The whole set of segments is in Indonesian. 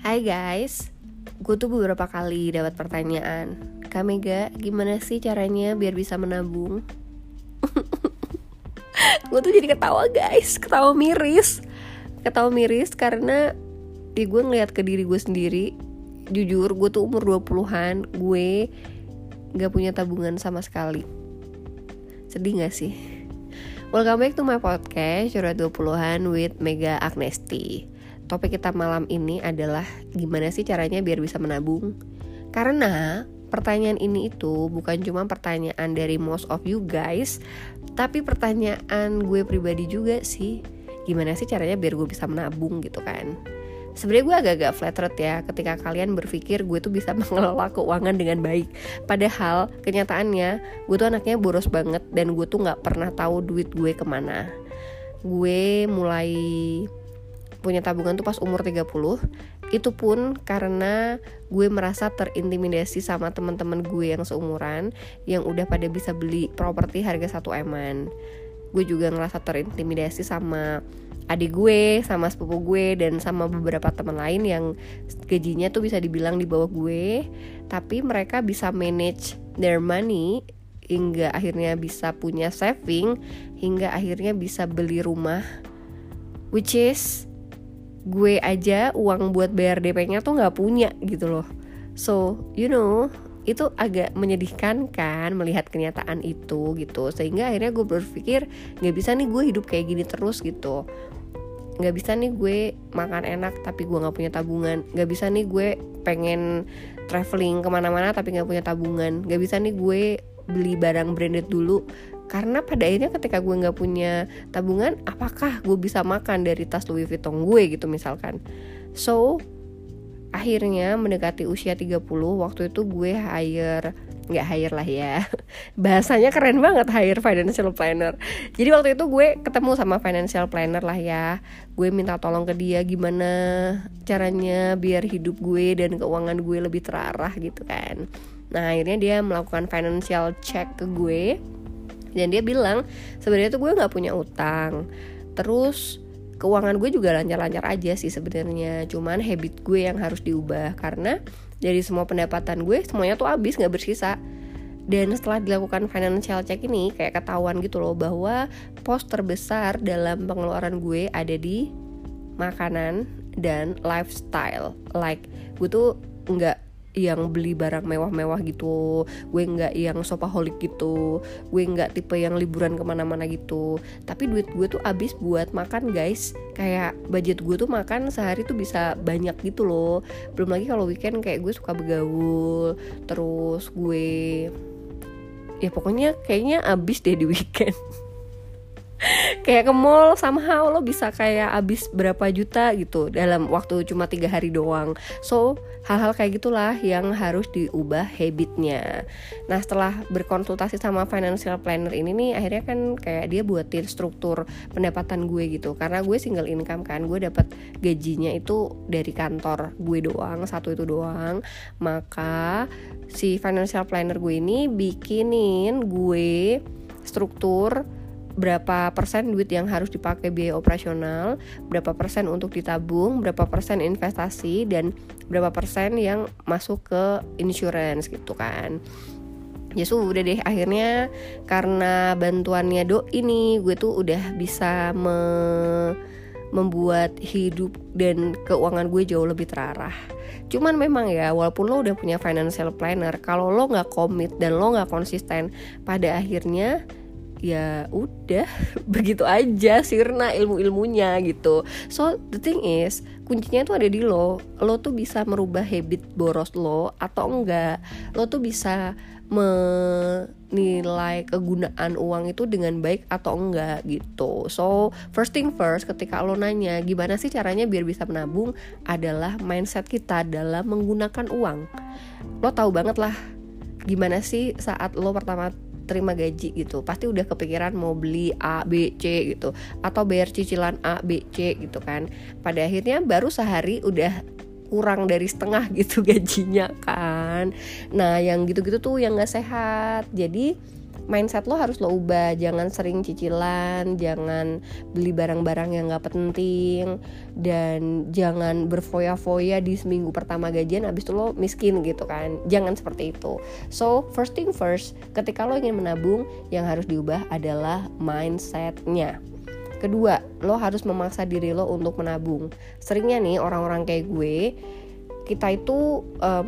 Hai guys, gue tuh beberapa kali dapat pertanyaan, Kak Mega, gimana sih caranya biar bisa menabung? Gue tuh jadi ketawa guys, ketawa miris karena gue ngeliat ke diri gue sendiri. Jujur, gue tuh umur 20-an, gue gak punya tabungan sama sekali. Sedih gak sih? Welcome back to my podcast, Curhat 20-an with Mega Agnesti. Topik kita malam ini adalah gimana sih caranya biar bisa menabung? Karena pertanyaan ini itu bukan cuma pertanyaan dari most of you guys, tapi pertanyaan gue pribadi juga sih. Gimana sih caranya biar gue bisa menabung gitu kan? Sebenarnya gue agak-agak flattered ya ketika kalian berpikir gue tuh bisa mengelola keuangan dengan baik. Padahal kenyataannya gue tuh anaknya boros banget dan gue tuh gak pernah tahu duit gue kemana. Gue mulai punya tabungan tuh pas umur 30. Itu pun karena gue merasa terintimidasi sama teman-teman gue yang seumuran yang udah pada bisa beli properti harga 1 M-an. Gue juga ngerasa terintimidasi sama adik gue, sama sepupu gue, dan sama beberapa teman lain yang gajinya tuh bisa dibilang di bawah gue, tapi mereka bisa manage their money hingga akhirnya bisa punya saving, hingga akhirnya bisa beli rumah, which is gue aja uang buat bayar DP-nya tuh gak punya gitu loh. So, itu agak menyedihkan kan melihat kenyataan itu gitu. Sehingga akhirnya gue berpikir gak bisa nih gue hidup kayak gini terus gitu. Gak bisa nih gue makan enak tapi gue gak punya tabungan. Gak bisa nih gue pengen traveling kemana-mana tapi gak punya tabungan. Gak bisa nih gue beli barang branded dulu, karena pada akhirnya ketika gue gak punya tabungan, apakah gue bisa makan dari tas Louis Vuitton gue gitu misalkan. So akhirnya mendekati usia 30, waktu itu gue gak hire lah ya, bahasanya keren banget, hire financial planner. Jadi waktu itu gue ketemu sama financial planner lah ya. Gue minta tolong ke dia gimana caranya biar hidup gue dan keuangan gue lebih terarah gitu kan. Nah akhirnya dia melakukan financial check ke gue, dan dia bilang sebenarnya tuh gue nggak punya utang, terus keuangan gue juga lancar-lancar aja sih sebenarnya, cuman habit gue yang harus diubah karena dari semua pendapatan gue semuanya tuh habis, nggak bersisa. Dan setelah dilakukan financial check ini kayak ketahuan gitu loh bahwa pos terbesar dalam pengeluaran gue ada di makanan dan lifestyle. Like gue tuh nggak yang beli barang mewah-mewah gitu, gue nggak yang shopaholic gitu, gue nggak tipe yang liburan kemana-mana gitu. Tapi duit gue tuh abis buat makan guys. Kayak budget gue tuh makan sehari tuh bisa banyak gitu loh. Belum lagi kalau weekend kayak gue suka begaul, terus gue ya pokoknya kayaknya abis deh di weekend. Kayak ke mall somehow lo bisa kayak abis berapa juta gitu dalam waktu cuma 3 hari doang. So hal-hal kayak gitulah yang harus diubah habitnya. Nah setelah berkonsultasi sama financial planner ini nih, akhirnya kan kayak dia buatin struktur pendapatan gue gitu. Karena gue single income kan, gue dapat gajinya itu dari kantor gue doang, satu itu doang. Maka si financial planner gue ini bikinin gue struktur berapa persen duit yang harus dipakai biaya operasional, berapa persen untuk ditabung, berapa persen investasi, dan berapa persen yang masuk ke insurance gitu kan. Ya sudah deh, akhirnya karena bantuannya doi ini gue tuh udah bisa membuat hidup dan keuangan gue jauh lebih terarah. Cuman memang ya, walaupun lo udah punya financial planner, kalau lo gak komit dan lo gak konsisten, pada akhirnya ya udah begitu aja sirna ilmu-ilmunya gitu. So the thing is, kuncinya itu ada di lo tuh bisa merubah habit boros lo atau enggak. Lo tuh bisa menilai kegunaan uang itu dengan baik atau enggak gitu. So first thing first, ketika lo nanya gimana sih caranya biar bisa menabung, adalah mindset kita dalam menggunakan uang. Lo tahu banget lah gimana sih saat lo pertama terima gaji gitu, pasti udah kepikiran mau beli A, B, C gitu, atau bayar cicilan A, B, C gitu kan. Pada akhirnya baru sehari udah kurang dari setengah gitu gajinya kan. Nah yang gitu-gitu tuh yang gak sehat. Jadi mindset lo harus lo ubah. Jangan sering cicilan, jangan beli barang-barang yang gak penting, dan jangan berfoya-foya di seminggu pertama gajian abis itu lo miskin gitu kan. Jangan seperti itu. So first thing first, ketika lo ingin menabung, yang harus diubah adalah mindsetnya. Kedua, lo harus memaksa diri lo untuk menabung. Seringnya nih orang-orang kayak gue, kita itu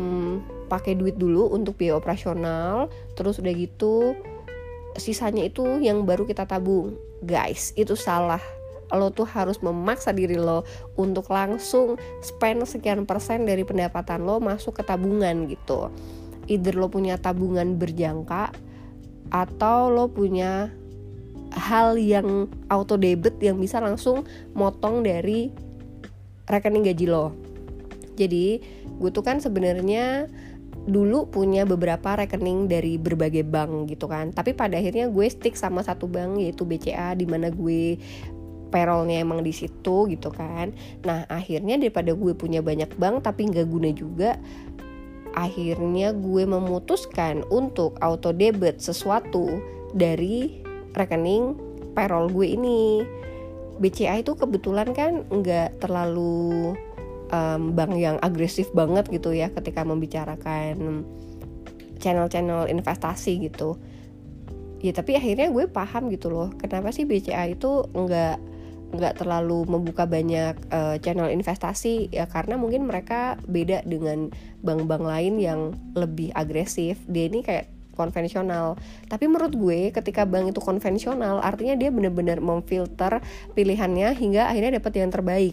pakai duit dulu untuk biaya operasional, terus udah gitu sisanya itu yang baru kita tabung. Guys, itu salah. Lo tuh harus memaksa diri lo untuk langsung spend sekian persen dari pendapatan lo masuk ke tabungan gitu. Either lo punya tabungan berjangka atau lo punya hal yang auto debit yang bisa langsung motong dari rekening gaji lo. Jadi gue tuh kan sebenarnya dulu punya beberapa rekening dari berbagai bank gitu kan, tapi pada akhirnya gue stick sama satu bank, yaitu BCA, di mana gue payrollnya emang di situ gitu kan. Nah akhirnya daripada gue punya banyak bank tapi nggak guna juga, akhirnya gue memutuskan untuk auto debit sesuatu dari rekening payroll gue ini. BCA itu kebetulan kan nggak terlalu bank yang agresif banget gitu ya ketika membicarakan channel-channel investasi gitu. Ya tapi akhirnya gue paham gitu loh, kenapa sih BCA itu nggak terlalu membuka banyak channel investasi, ya karena mungkin mereka beda dengan bank-bank lain yang lebih agresif. Dia ini kayak konvensional. Tapi menurut gue ketika bank itu konvensional, artinya dia benar-benar memfilter pilihannya hingga akhirnya dapat yang terbaik.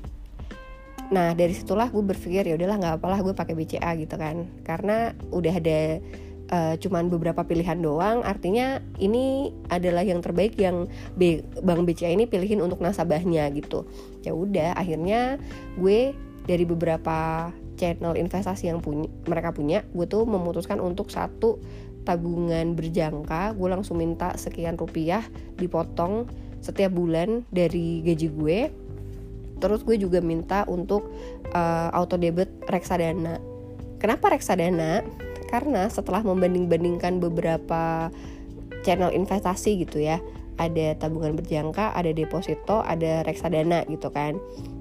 Nah dari situlah gue berpikir ya udahlah nggak apalah gue pakai BCA gitu kan, karena udah ada cuman beberapa pilihan doang, artinya ini adalah yang terbaik yang Bank BCA ini pilihin untuk nasabahnya gitu. Ya udah akhirnya gue dari beberapa channel investasi yang mereka punya, gue tuh memutuskan untuk satu tabungan berjangka. Gue langsung minta sekian rupiah dipotong setiap bulan dari gaji gue. Terus gue juga minta untuk auto debit reksadana. Kenapa reksadana? Karena setelah membanding-bandingkan beberapa channel investasi gitu ya, ada tabungan berjangka, ada deposito, ada reksadana gitu kan.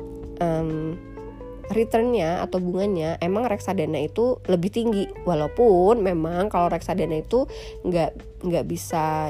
Returnnya atau bunganya emang reksadana itu lebih tinggi, walaupun memang kalau reksadana itu nggak bisa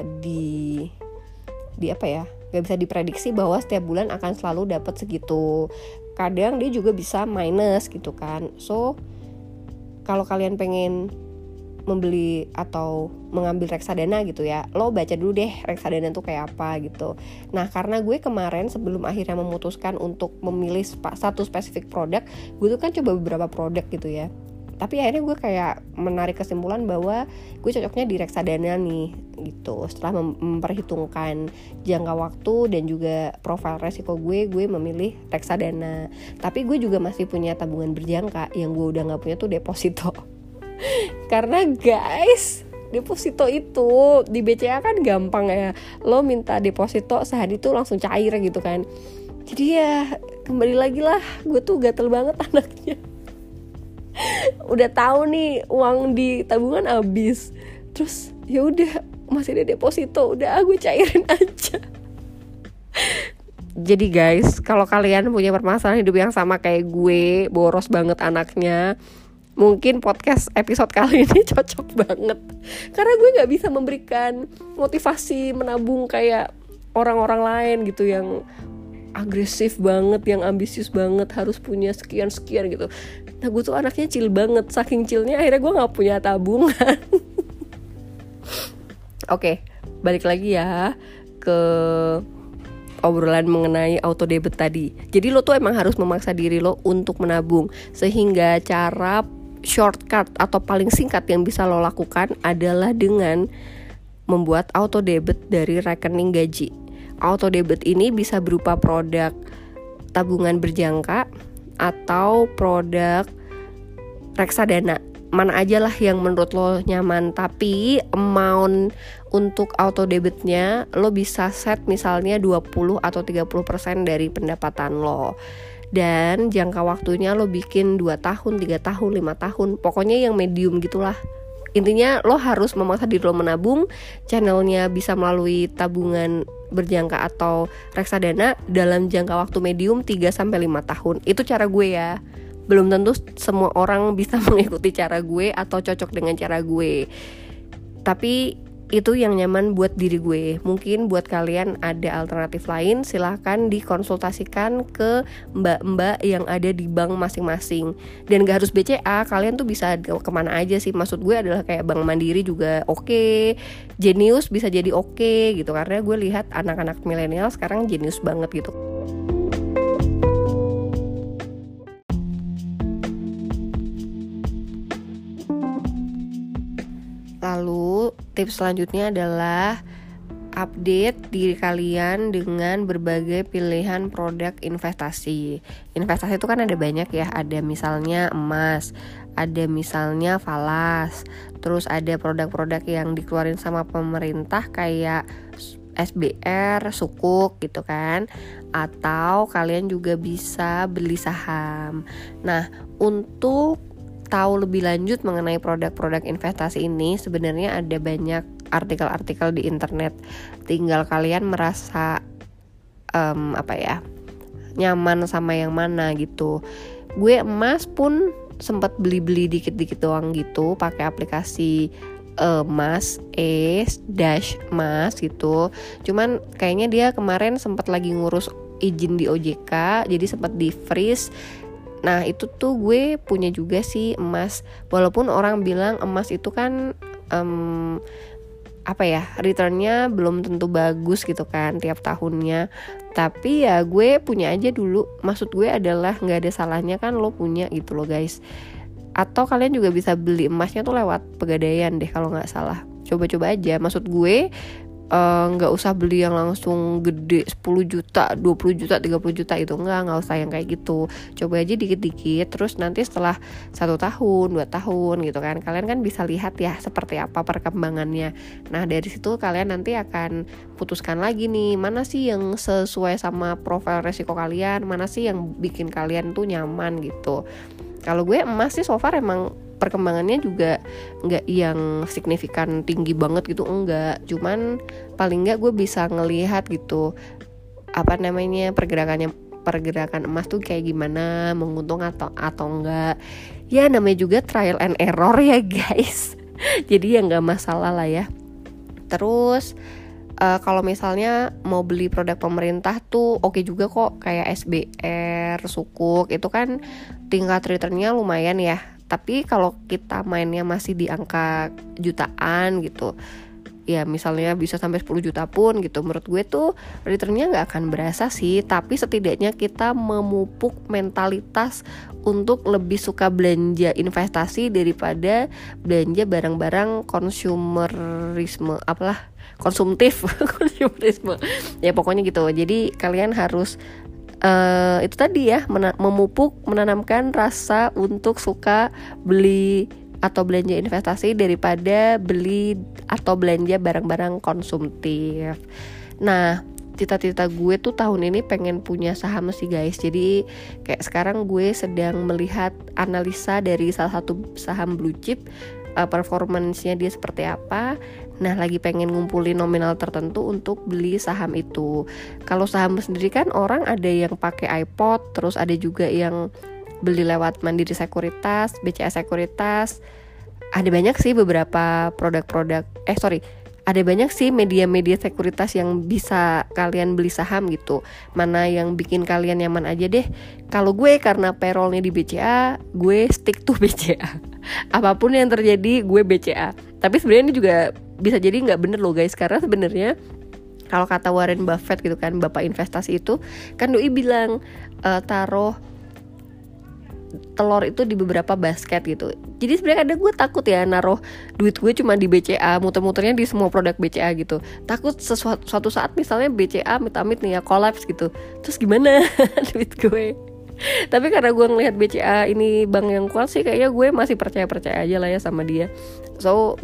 nggak bisa diprediksi bahwa setiap bulan akan selalu dapat segitu. Kadang dia juga bisa minus gitu kan. So kalau kalian pengen membeli atau mengambil reksadana gitu ya, lo baca dulu deh reksadana tuh kayak apa gitu. Nah karena gue kemarin sebelum akhirnya memutuskan untuk memilih satu spesifik produk, gue tuh kan coba beberapa produk gitu ya. Tapi akhirnya gue kayak menarik kesimpulan bahwa gue cocoknya di reksadana nih gitu. Setelah memperhitungkan jangka waktu dan juga profil resiko gue memilih reksadana. Tapi gue juga masih punya tabungan berjangka. Yang gue udah gak punya tuh deposito. Karena guys, deposito itu di BCA kan gampang ya, lo minta deposito sehari tuh langsung cair gitu kan. Jadi ya kembali lagi lah, gue tuh gatel banget anaknya. Udah tahu nih uang di tabungan habis, terus ya udah masih ada deposito, udah gue cairin aja. Jadi guys, kalau kalian punya permasalahan hidup yang sama kayak gue, boros banget anaknya, mungkin podcast episode kali ini cocok banget. Karena gue gak bisa memberikan motivasi menabung kayak orang-orang lain gitu yang agresif banget, yang ambisius banget, harus punya sekian-sekian gitu. Nah gue tuh anaknya chill banget, saking chillnya akhirnya gue gak punya tabungan. Oke, balik lagi ya ke obrolan mengenai auto debit tadi. Jadi lo tuh emang harus memaksa diri lo untuk menabung. Sehingga cara shortcut atau paling singkat yang bisa lo lakukan adalah dengan membuat auto debit dari rekening gaji. Auto debit ini bisa berupa produk tabungan berjangka atau produk reksadana. Mana aja lah yang menurut lo nyaman. Tapi amount untuk auto debitnya lo bisa set misalnya 20 atau 30% dari pendapatan lo. Dan jangka waktunya lo bikin 2 tahun, 3 tahun, 5 tahun. Pokoknya yang medium gitulah. Intinya lo harus memaksa diri lo menabung, channelnya bisa melalui tabungan berjangka atau reksadana dalam jangka waktu medium 3-5 tahun. Itu cara gue ya. Belum tentu semua orang bisa mengikuti cara gue atau cocok dengan cara gue. Tapi itu yang nyaman buat diri gue. Mungkin buat kalian ada alternatif lain, silahkan dikonsultasikan ke mbak-mbak yang ada di bank masing-masing. Dan gak harus BCA, kalian tuh bisa kemana aja sih. Maksud gue adalah kayak Bank Mandiri juga oke, Jenius bisa jadi oke gitu. Karena gue lihat anak-anak milenial sekarang jenius banget gitu. Lalu tips selanjutnya adalah update diri kalian dengan berbagai pilihan produk investasi. Investasi itu kan ada banyak ya, ada misalnya emas, ada misalnya falas, terus ada produk-produk yang dikeluarin sama pemerintah kayak SBR, sukuk gitu kan. Atau kalian juga bisa beli saham. Nah, untuk tahu lebih lanjut mengenai produk-produk investasi ini, sebenarnya ada banyak artikel-artikel di internet. Tinggal kalian merasa nyaman sama yang mana gitu. Gue emas pun sempat beli-beli dikit-dikit doang gitu pakai aplikasi emas /mas gitu. Cuman kayaknya dia kemarin sempat lagi ngurus izin di OJK, jadi sempat di freeze. Nah itu tuh gue punya juga sih emas. Walaupun orang bilang emas itu kan returnnya belum tentu bagus gitu kan tiap tahunnya. Tapi ya gue punya aja dulu. Maksud gue adalah gak ada salahnya kan lo punya gitu loh guys. Atau kalian juga bisa beli emasnya tuh lewat Pegadaian deh kalau gak salah. Coba-coba aja. Maksud gue gak usah beli yang langsung gede 10 juta, 20 juta, 30 juta itu gak usah yang kayak gitu. Coba aja dikit-dikit, terus nanti setelah 1 tahun, 2 tahun gitu kan, kalian kan bisa lihat ya seperti apa perkembangannya. Nah dari situ kalian nanti akan putuskan lagi nih, mana sih yang sesuai sama profil resiko kalian, mana sih yang bikin kalian tuh nyaman gitu. Kalau gue emas sih so far emang perkembangannya juga nggak yang signifikan tinggi banget gitu, enggak. Cuman paling nggak gue bisa ngelihat gitu pergerakan emas tuh kayak gimana, menguntung atau enggak. Ya namanya juga trial and error ya guys. Jadi ya nggak masalah lah ya. Terus kalau misalnya mau beli produk pemerintah tuh oke juga kok, kayak SBR, sukuk itu kan tingkat returnnya lumayan ya. Tapi kalau kita mainnya masih di angka jutaan gitu, ya misalnya bisa sampai 10 juta pun gitu, menurut gue tuh returnnya gak akan berasa sih. Tapi setidaknya kita memupuk mentalitas untuk lebih suka belanja investasi daripada belanja barang-barang konsumtisme ya pokoknya gitu. Jadi kalian harus itu tadi ya, menanamkan rasa untuk suka beli atau belanja investasi daripada beli atau belanja barang-barang konsumtif. Nah cita-cita gue tuh tahun ini pengen punya saham sih guys. Jadi kayak sekarang gue sedang melihat analisa dari salah satu saham blue chip, performance-nya dia seperti apa. Nah lagi pengen ngumpulin nominal tertentu untuk beli saham itu. Kalau saham sendiri kan orang ada yang pakai iPod, terus ada juga yang beli lewat Mandiri Sekuritas, BCA Sekuritas. Ada banyak sih beberapa ada banyak sih media-media sekuritas yang bisa kalian beli saham gitu. Mana yang bikin kalian nyaman aja deh. Kalau gue karena payrollnya di BCA, gue stick to BCA. Apapun yang terjadi gue BCA. Tapi sebenarnya ini juga bisa jadi nggak bener loh guys, karena sebenarnya kalau kata Warren Buffett gitu kan, bapak investasi itu kan doi bilang taruh telur itu di beberapa basket gitu. Jadi sebenarnya kadang gue takut ya naruh duit gue cuma di BCA, muter-muternya di semua produk BCA gitu. Takut suatu saat misalnya BCA amit-amit nih ya kolaps gitu, terus gimana duit gue. Tapi karena gue ngelihat BCA ini bank yang kuat sih, kayaknya gue masih percaya aja lah ya sama dia. So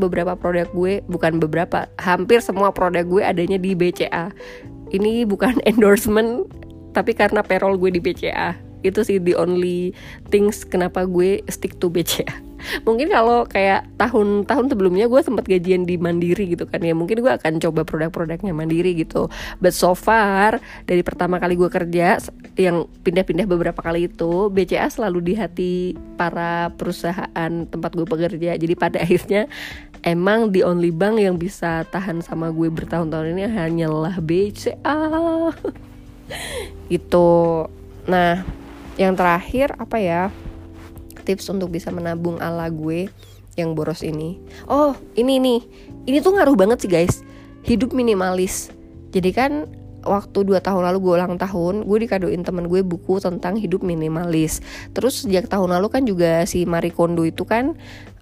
hampir semua produk gue adanya di BCA. Ini bukan endorsement, tapi karena payroll gue di BCA. Itu sih the only things kenapa gue stick to BCA. Mungkin kalau kayak tahun-tahun sebelumnya gue sempat gajian di Mandiri gitu kan ya, mungkin gue akan coba produk-produknya Mandiri gitu. But so far dari pertama kali gue kerja yang pindah-pindah beberapa kali itu, BCA selalu di hati para perusahaan tempat gue bekerja. Jadi pada akhirnya emang the only bank yang bisa tahan sama gue bertahun-tahun ini hanyalah BCA. Gitu. Nah, yang terakhir apa ya? Tips untuk bisa menabung ala gue yang boros ini. Oh, ini nih. Ini tuh ngaruh banget sih guys. Hidup minimalis. Jadi kan waktu 2 tahun lalu gue ulang tahun, gue dikadoin temen gue buku tentang hidup minimalis. Terus sejak tahun lalu kan juga si Marie Kondo itu kan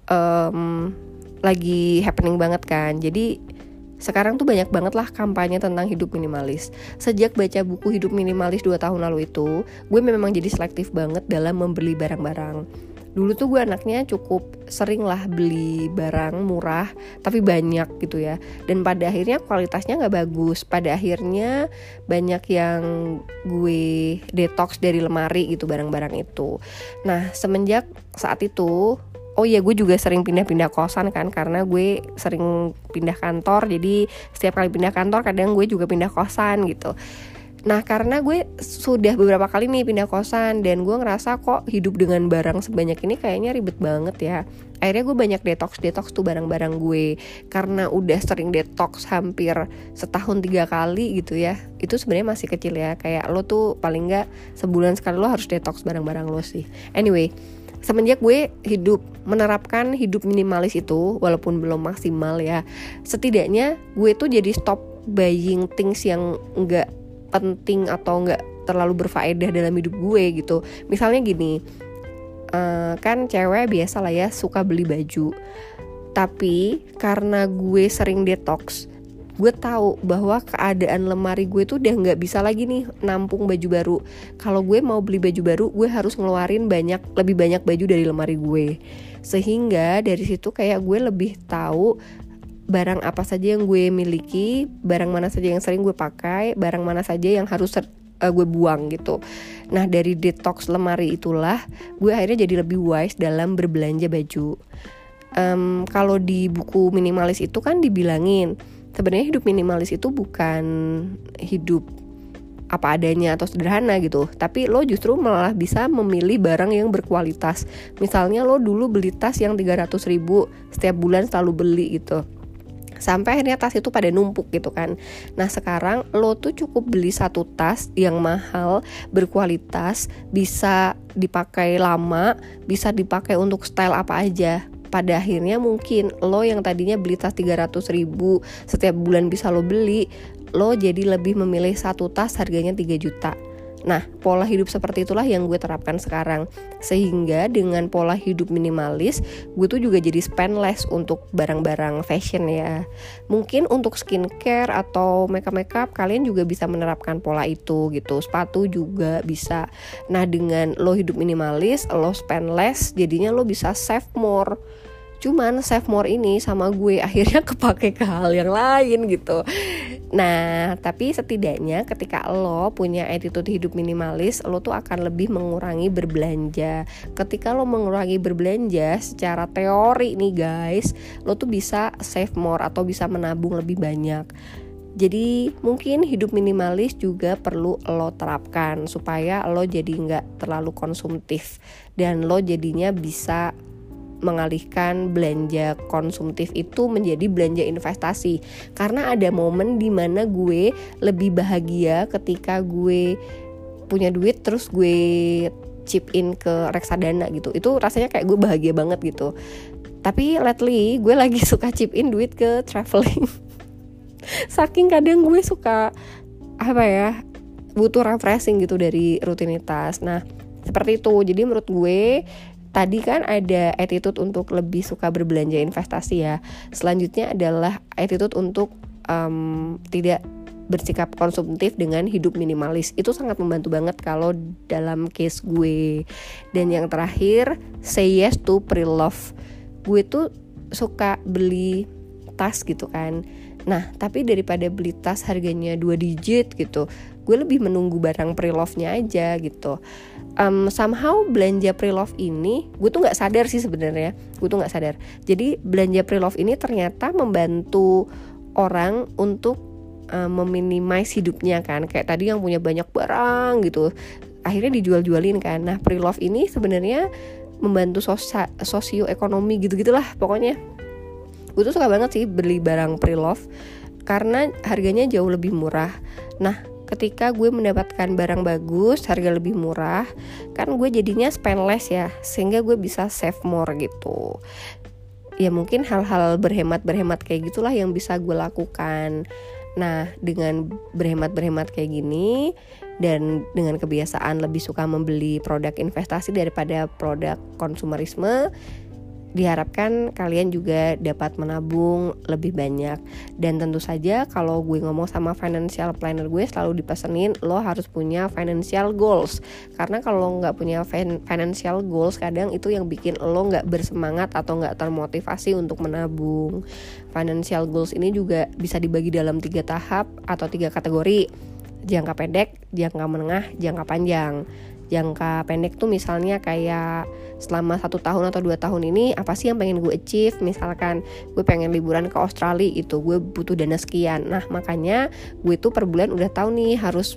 lagi happening banget kan. Jadi sekarang tuh banyak banget lah kampanye tentang hidup minimalis. Sejak baca buku hidup minimalis 2 tahun lalu itu, gue memang jadi selektif banget dalam membeli barang-barang. Dulu tuh gue anaknya cukup sering lah beli barang murah tapi banyak gitu ya. Dan pada akhirnya kualitasnya gak bagus. Pada akhirnya banyak yang gue detox dari lemari gitu barang-barang itu. Nah semenjak saat itu, oh iya gue juga sering pindah-pindah kosan kan, karena gue sering pindah kantor. Jadi setiap kali pindah kantor kadang gue juga pindah kosan gitu. Nah karena gue sudah beberapa kali nih pindah kosan, dan gue ngerasa kok hidup dengan barang sebanyak ini kayaknya ribet banget ya. Akhirnya gue banyak detox tuh barang-barang gue. Karena udah sering detox hampir setahun 3 kali gitu ya. Itu sebenarnya masih kecil ya, kayak lo tuh paling gak sebulan sekali lo harus detox barang-barang lo sih. Anyway, semenjak gue menerapkan hidup minimalis itu, walaupun belum maksimal ya, setidaknya gue tuh jadi stop buying things yang gak penting atau gak terlalu berfaedah dalam hidup gue gitu. Misalnya gini, kan cewek biasa lah ya suka beli baju. Tapi karena gue sering detox, gue tahu bahwa keadaan lemari gue tuh udah gak bisa lagi nih nampung baju baru. Kalau gue mau beli baju baru, gue harus ngeluarin lebih banyak baju dari lemari gue. Sehingga dari situ kayak gue lebih tahu barang apa saja yang gue miliki, barang mana saja yang sering gue pakai, barang mana saja yang harus gue buang gitu. Nah dari detox lemari itulah gue akhirnya jadi lebih wise dalam berbelanja baju. Kalau di buku minimalis itu kan dibilangin sebenarnya hidup minimalis itu bukan hidup apa adanya atau sederhana gitu, tapi lo justru malah bisa memilih barang yang berkualitas. Misalnya lo dulu beli tas yang 300.000 setiap bulan selalu beli gitu, sampai akhirnya tas itu pada numpuk gitu kan. Nah sekarang lo tuh cukup beli satu tas yang mahal, berkualitas, bisa dipakai lama, bisa dipakai untuk style apa aja. Pada akhirnya mungkin lo yang tadinya beli tas 300.000 setiap bulan bisa lo beli, lo jadi lebih memilih satu tas harganya 3 juta. Nah, pola hidup seperti itulah yang gue terapkan sekarang. Sehingga dengan pola hidup minimalis, gue tuh juga jadi spend less untuk barang-barang fashion ya. Mungkin untuk skincare atau makeup kalian juga bisa menerapkan pola itu gitu. Sepatu juga bisa. Nah, dengan lo hidup minimalis, lo spend less, jadinya lo bisa save more. Cuman save more ini sama gue akhirnya kepake ke hal yang lain gitu. Nah, tapi setidaknya ketika lo punya attitude hidup minimalis, lo tuh akan lebih mengurangi berbelanja. Ketika lo mengurangi berbelanja secara teori nih guys, lo tuh bisa save more atau bisa menabung lebih banyak. Jadi mungkin hidup minimalis juga perlu lo terapkan supaya lo jadi gak terlalu konsumtif, dan lo jadinya bisa mengalihkan belanja konsumtif itu menjadi belanja investasi. Karena ada momen dimana gue lebih bahagia ketika gue punya duit terus gue chip in ke reksadana gitu. Itu rasanya kayak gue bahagia banget gitu. Tapi lately gue lagi suka chip in duit ke traveling. Saking kadang gue suka butuh refreshing gitu dari rutinitas. Nah seperti itu. Jadi menurut gue tadi kan ada attitude untuk lebih suka berbelanja investasi ya. Selanjutnya adalah attitude untuk tidak bersikap konsumtif dengan hidup minimalis. Itu sangat membantu banget kalau dalam case gue. Dan yang terakhir, say yes to pre-love. Gue tuh suka beli tas gitu kan. Nah tapi daripada beli tas harganya 2 digit gitu, gue lebih menunggu barang pre-love-nya aja gitu. Somehow belanja pre-love ini gue tuh nggak sadar sih sebenarnya, jadi belanja pre-love ini ternyata membantu orang untuk meminimize hidupnya kan. Kayak tadi yang punya banyak barang gitu akhirnya dijual-jualin kan. Nah pre-love ini sebenarnya membantu sosioekonomi gitu-gitulah pokoknya. Gue tuh suka banget sih beli barang pre-love karena harganya jauh lebih murah. Nah ketika gue mendapatkan barang bagus harga lebih murah, kan gue jadinya spend less ya, sehingga gue bisa save more gitu. Ya mungkin hal-hal berhemat kayak gitulah yang bisa gue lakukan. Nah dengan berhemat kayak gini dan dengan kebiasaan lebih suka membeli produk investasi daripada produk konsumerisme, diharapkan kalian juga dapat menabung lebih banyak. Dan tentu saja kalau gue ngomong sama financial planner gue selalu dipesenin lo harus punya financial goals. Karena kalau gak punya financial goals kadang itu yang bikin lo gak bersemangat atau gak termotivasi untuk menabung. Financial goals ini juga bisa dibagi dalam 3 tahap atau 3 kategori: jangka pendek, jangka menengah, jangka panjang. Jangka pendek tuh misalnya kayak selama 1 tahun atau 2 tahun ini apa sih yang pengen gue achieve. Misalkan gue pengen liburan ke Australia gitu, gue butuh dana sekian. Nah makanya gue tuh per bulan udah tahu nih harus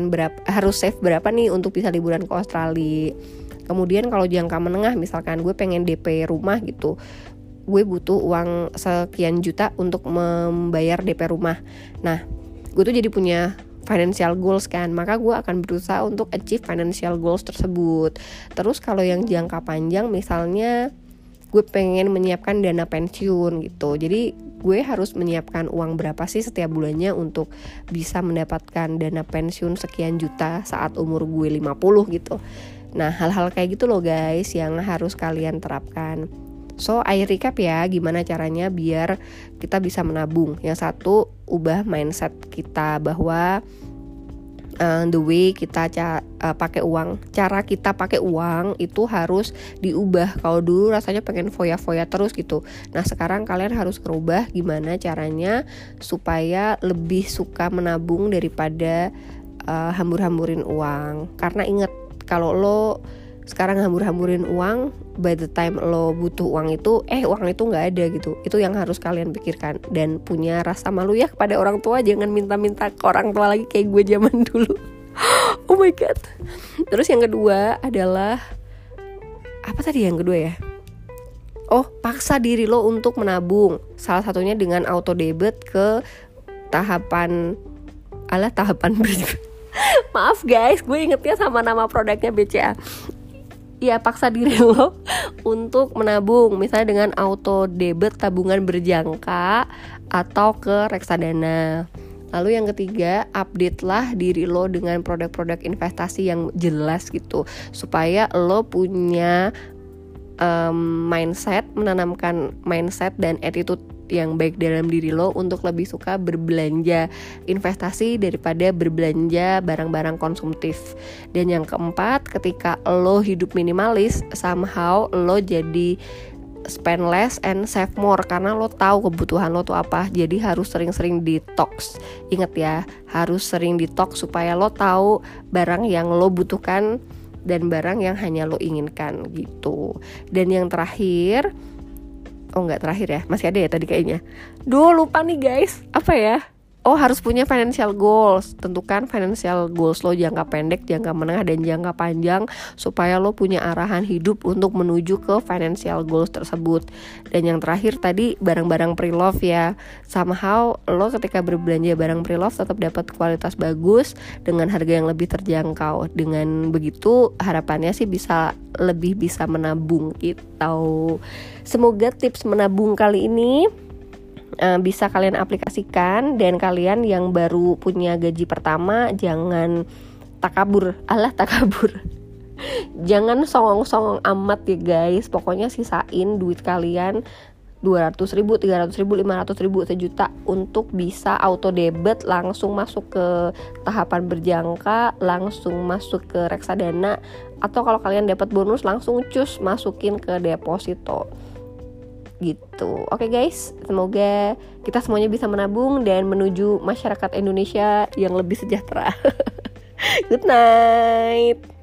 save berapa nih untuk bisa liburan ke Australia. Kemudian kalau jangka menengah misalkan gue pengen DP rumah gitu, gue butuh uang sekian juta untuk membayar DP rumah. Nah gue tuh jadi punya financial goals kan, maka gue akan berusaha untuk achieve financial goals tersebut. Terus kalau yang jangka panjang misalnya gue pengen menyiapkan dana pensiun gitu, jadi gue harus menyiapkan uang berapa sih setiap bulannya untuk bisa mendapatkan dana pensiun sekian juta saat umur gue 50 gitu. Nah hal-hal kayak gitu loh guys yang harus kalian terapkan. So I recap ya gimana caranya biar kita bisa menabung. Yang satu, ubah mindset kita bahwa the way kita pakai uang, cara kita pakai uang itu harus diubah. Kalau dulu rasanya pengen foya-foya terus gitu, nah sekarang kalian harus ngerubah gimana caranya supaya lebih suka menabung daripada hambur-hamburin uang. Karena ingat, kalau lo sekarang hambur-hamburin uang, by the time lo butuh uang itu nggak ada gitu. Itu yang harus kalian pikirkan. Dan punya rasa malu ya kepada orang tua. Jangan minta-minta ke orang tua lagi kayak gue zaman dulu. Oh my god. Terus yang kedua adalah, apa tadi yang kedua ya? Oh, paksa diri lo untuk menabung. Salah satunya dengan auto debit ke tahapan maaf guys, gue ingetnya sama nama produknya BCA. Ya paksa diri lo untuk menabung, misalnya dengan auto debit tabungan berjangka atau ke reksadana. Lalu yang ketiga, update lah diri lo dengan produk-produk investasi yang jelas gitu, supaya lo punya menanamkan mindset dan attitude yang baik dalam diri lo untuk lebih suka berbelanja investasi daripada berbelanja barang-barang konsumtif. Dan yang keempat, ketika lo hidup minimalis, somehow lo jadi spend less and save more karena lo tahu kebutuhan lo tuh apa. Jadi harus sering-sering detox. Ingat ya, harus sering detox supaya lo tahu barang yang lo butuhkan dan barang yang hanya lo inginkan gitu. Dan yang terakhir, nggak terakhir ya, masih ada ya tadi kayaknya. Lupa nih guys, apa ya? Harus punya financial goals. Tentukan financial goals lo jangka pendek, jangka menengah, dan jangka panjang supaya lo punya arahan hidup untuk menuju ke financial goals tersebut. Dan yang terakhir tadi, barang-barang pre-love ya. Somehow lo ketika berbelanja barang pre-love tetap dapat kualitas bagus dengan harga yang lebih terjangkau. Dengan begitu harapannya sih lebih bisa menabung gitu. Semoga tips menabung kali ini bisa kalian aplikasikan. Dan kalian yang baru punya gaji pertama, jangan takabur. Jangan songong-songong amat ya guys. Pokoknya sisain duit kalian 200.000, 300.000, 500.000, sejuta untuk bisa auto debit, langsung masuk ke tahapan berjangka, langsung masuk ke reksadana, atau kalau kalian dapat bonus langsung masukin ke deposito gitu. Oke guys, semoga kita semuanya bisa menabung dan menuju masyarakat Indonesia yang lebih sejahtera. Good night.